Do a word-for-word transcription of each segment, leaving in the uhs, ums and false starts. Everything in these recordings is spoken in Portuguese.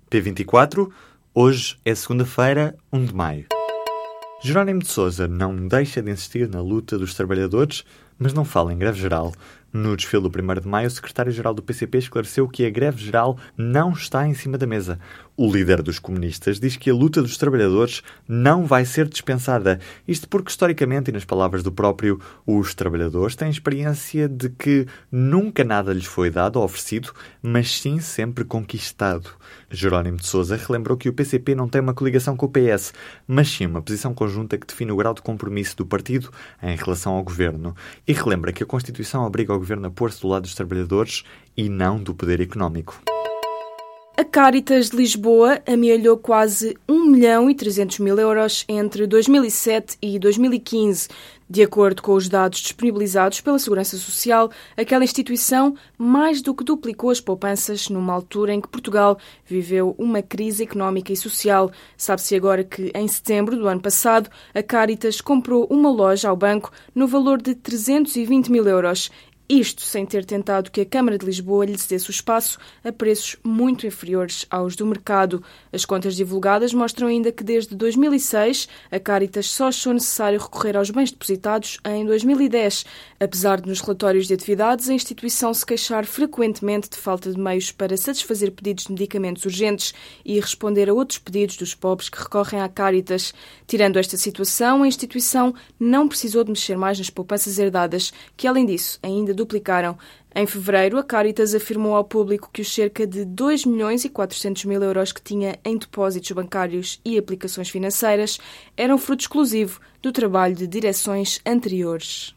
P vinte e quatro, hoje é segunda-feira, um de maio. Jerónimo de Sousa não deixa de insistir na luta dos trabalhadores, mas não fala em greve geral. No desfile do primeiro de maio, o secretário-geral do P C P esclareceu que a greve geral não está em cima da mesa. O líder dos comunistas diz que a luta dos trabalhadores não vai ser dispensada. Isto porque, historicamente, e nas palavras do próprio, os trabalhadores têm experiência de que nunca nada lhes foi dado ou oferecido, mas sim sempre conquistado. Jerónimo de Sousa relembrou que o P C P não tem uma coligação com o P S, mas sim uma posição conjunta que define o grau de compromisso do partido em relação ao governo. E relembra que a Constituição obriga o governo a pôr-se do lado dos trabalhadores e não do poder económico. A Cáritas de Lisboa amealhou quase um milhão e trezentos mil euros entre dois mil e sete e dois mil e quinze. De acordo com os dados disponibilizados pela Segurança Social, aquela instituição mais do que duplicou as poupanças numa altura em que Portugal viveu uma crise económica e social. Sabe-se agora que, em setembro do ano passado, a Cáritas comprou uma loja ao banco no valor de trezentos e vinte mil euros. Isto sem ter tentado que a Câmara de Lisboa lhe cedesse o espaço a preços muito inferiores aos do mercado. As contas divulgadas mostram ainda que desde dois mil e seis a Cáritas só achou necessário recorrer aos bens depositados em dois mil e dez, apesar de nos relatórios de atividades a instituição se queixar frequentemente de falta de meios para satisfazer pedidos de medicamentos urgentes e responder a outros pedidos dos pobres que recorrem à Cáritas. Tirando esta situação, a instituição não precisou de mexer mais nas poupanças herdadas, que além disso ainda duplicaram. Em fevereiro, a Cáritas afirmou ao público que os cerca de dois milhões e quatrocentos mil euros que tinha em depósitos bancários e aplicações financeiras eram fruto exclusivo do trabalho de direções anteriores.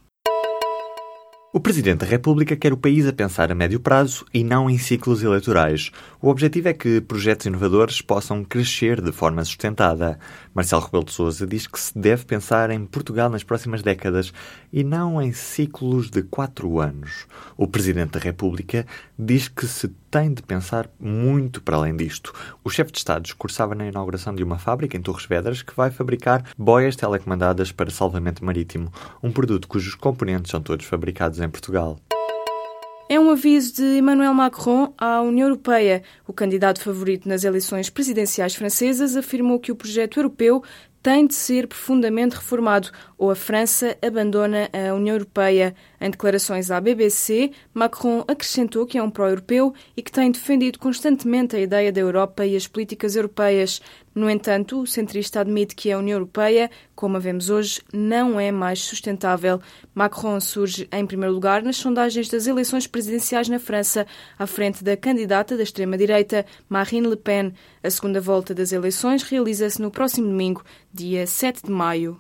O Presidente da República quer o país a pensar a médio prazo e não em ciclos eleitorais. O objetivo é que projetos inovadores possam crescer de forma sustentada. Marcelo Rebelo de Sousa diz que se deve pensar em Portugal nas próximas décadas e não em ciclos de quatro anos. O Presidente da República diz que se tem de pensar muito para além disto. O chefe de Estado discursava na inauguração de uma fábrica em Torres Vedras que vai fabricar boias telecomandadas para salvamento marítimo, um produto cujos componentes são todos fabricados em Portugal. É um aviso de Emmanuel Macron à União Europeia. O candidato favorito nas eleições presidenciais francesas afirmou que o projeto europeu tem de ser profundamente reformado ou a França abandona a União Europeia. Em declarações à B B C, Macron acrescentou que é um pró-europeu e que tem defendido constantemente a ideia da Europa e as políticas europeias. No entanto, o centrista admite que a União Europeia, como a vemos hoje, não é mais sustentável. Macron surge em primeiro lugar nas sondagens das eleições presidenciais na França, à frente da candidata da extrema-direita, Marine Le Pen. A segunda volta das eleições realiza-se no próximo domingo, dia sete de maio.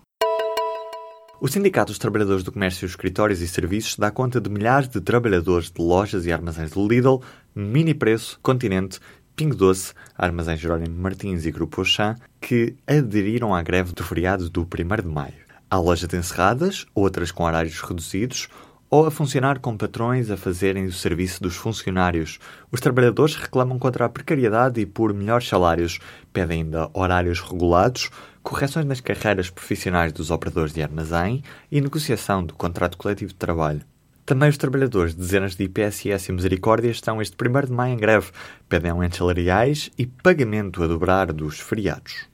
O Sindicato dos Trabalhadores do Comércio, Escritórios e Serviços dá conta de milhares de trabalhadores de lojas e armazéns do Lidl, Mini Preço, Continente, Pingo Doce, Armazéns Jerónimo Martins e Grupo Auchan, que aderiram à greve do feriado do primeiro de maio. Há lojas encerradas, outras com horários reduzidos, ou a funcionar com patrões a fazerem o serviço dos funcionários. Os trabalhadores reclamam contra a precariedade e por melhores salários. Pedem ainda horários regulados, correções nas carreiras profissionais dos operadores de armazém e negociação do contrato coletivo de trabalho. Também os trabalhadores de dezenas de I P S I S e Misericórdia estão este primeiro de maio em greve. Pedem aumentos salariais e pagamento a dobrar dos feriados.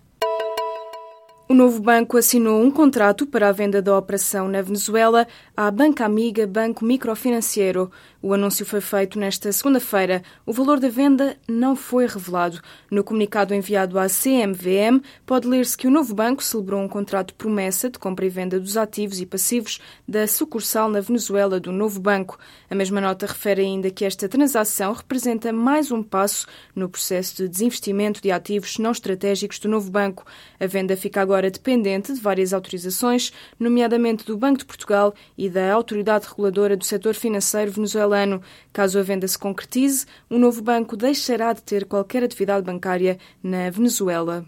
O novo banco assinou um contrato para a venda da operação na Venezuela à Banca Amiga Banco Microfinanceiro. O anúncio foi feito nesta segunda-feira. O valor da venda não foi revelado. No comunicado enviado à C M V M, pode ler-se que o novo banco celebrou um contrato de promessa de compra e venda dos ativos e passivos da sucursal na Venezuela do novo banco. A mesma nota refere ainda que esta transação representa mais um passo no processo de desinvestimento de ativos não estratégicos do novo banco. A venda fica agora dependente de várias autorizações, nomeadamente do Banco de Portugal e da Autoridade Reguladora do Setor Financeiro venezuelano. Caso a venda se concretize, o novo banco deixará de ter qualquer atividade bancária na Venezuela.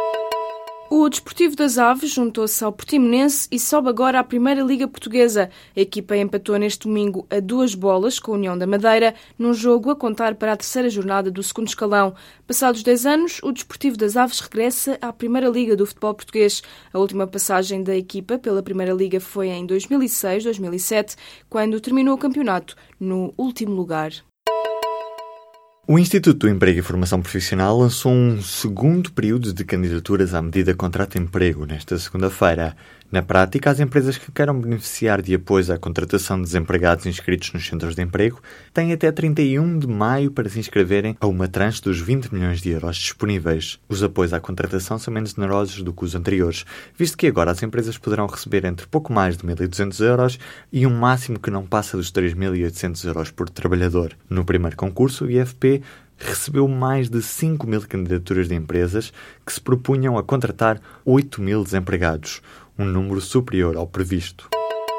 O Desportivo das Aves juntou-se ao Portimonense e sobe agora à Primeira Liga Portuguesa. A equipa empatou neste domingo a duas bolas com a União da Madeira, num jogo a contar para a terceira jornada do segundo escalão. Passados dez anos, o Desportivo das Aves regressa à Primeira Liga do futebol português. A última passagem da equipa pela Primeira Liga foi em dois mil e seis, dois mil e sete, quando terminou o campeonato no último lugar. O Instituto do Emprego e Formação Profissional lançou um segundo período de candidaturas à medida Contrato Emprego nesta segunda-feira. Na prática, as empresas que queiram beneficiar de apoios à contratação de desempregados inscritos nos centros de emprego têm até trinta e um de maio para se inscreverem a uma tranche dos vinte milhões de euros disponíveis. Os apoios à contratação são menos generosos do que os anteriores, visto que agora as empresas poderão receber entre pouco mais de mil e duzentos euros e um máximo que não passa dos três mil e oitocentos euros por trabalhador. No primeiro concurso, o I F P recebeu mais de cinco mil candidaturas de empresas que se propunham a contratar oito mil desempregados, um número superior ao previsto.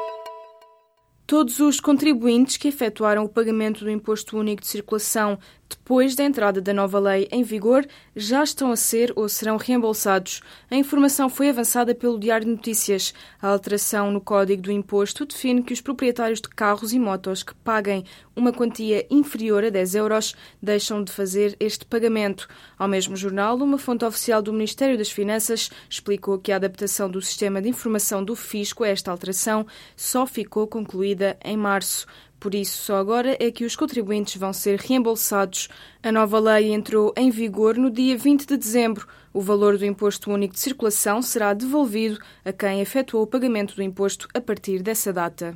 Todos os contribuintes que efetuaram o pagamento do Imposto Único de Circulação depois da entrada da nova lei em vigor já estão a ser ou serão reembolsados. A informação foi avançada pelo Diário de Notícias. A alteração no Código do Imposto define que os proprietários de carros e motos que paguem uma quantia inferior a dez euros deixam de fazer este pagamento. Ao mesmo jornal, uma fonte oficial do Ministério das Finanças explicou que a adaptação do sistema de informação do Fisco a esta alteração só ficou concluída em março. Por isso, só agora é que os contribuintes vão ser reembolsados. A nova lei entrou em vigor no dia vinte de dezembro. O valor do Imposto Único de Circulação será devolvido a quem efetuou o pagamento do imposto a partir dessa data.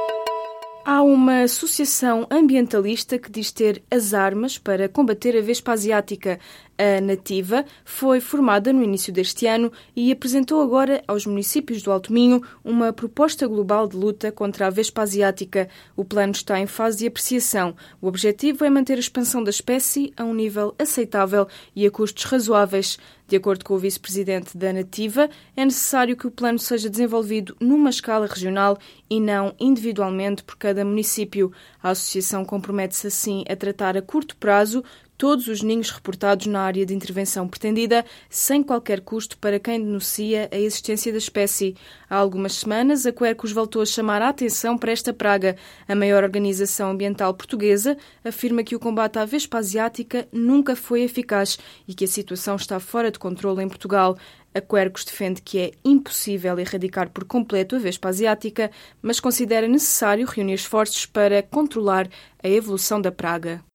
Há uma associação ambientalista que diz ter as armas para combater a vespa asiática. A Nativa foi formada no início deste ano e apresentou agora aos municípios do Alto Minho uma proposta global de luta contra a vespa asiática. O plano está em fase de apreciação. O objetivo é manter a expansão da espécie a um nível aceitável e a custos razoáveis. De acordo com o vice-presidente da Nativa, é necessário que o plano seja desenvolvido numa escala regional e não individualmente por cada município. A associação compromete-se assim a tratar a curto prazo todos os ninhos reportados na área de intervenção pretendida, sem qualquer custo para quem denuncia a existência da espécie. Há algumas semanas, a Quercus voltou a chamar a atenção para esta praga. A maior organização ambiental portuguesa afirma que o combate à vespa asiática nunca foi eficaz e que a situação está fora de controle em Portugal. A Quercus defende que é impossível erradicar por completo a vespa asiática, mas considera necessário reunir esforços para controlar a evolução da praga.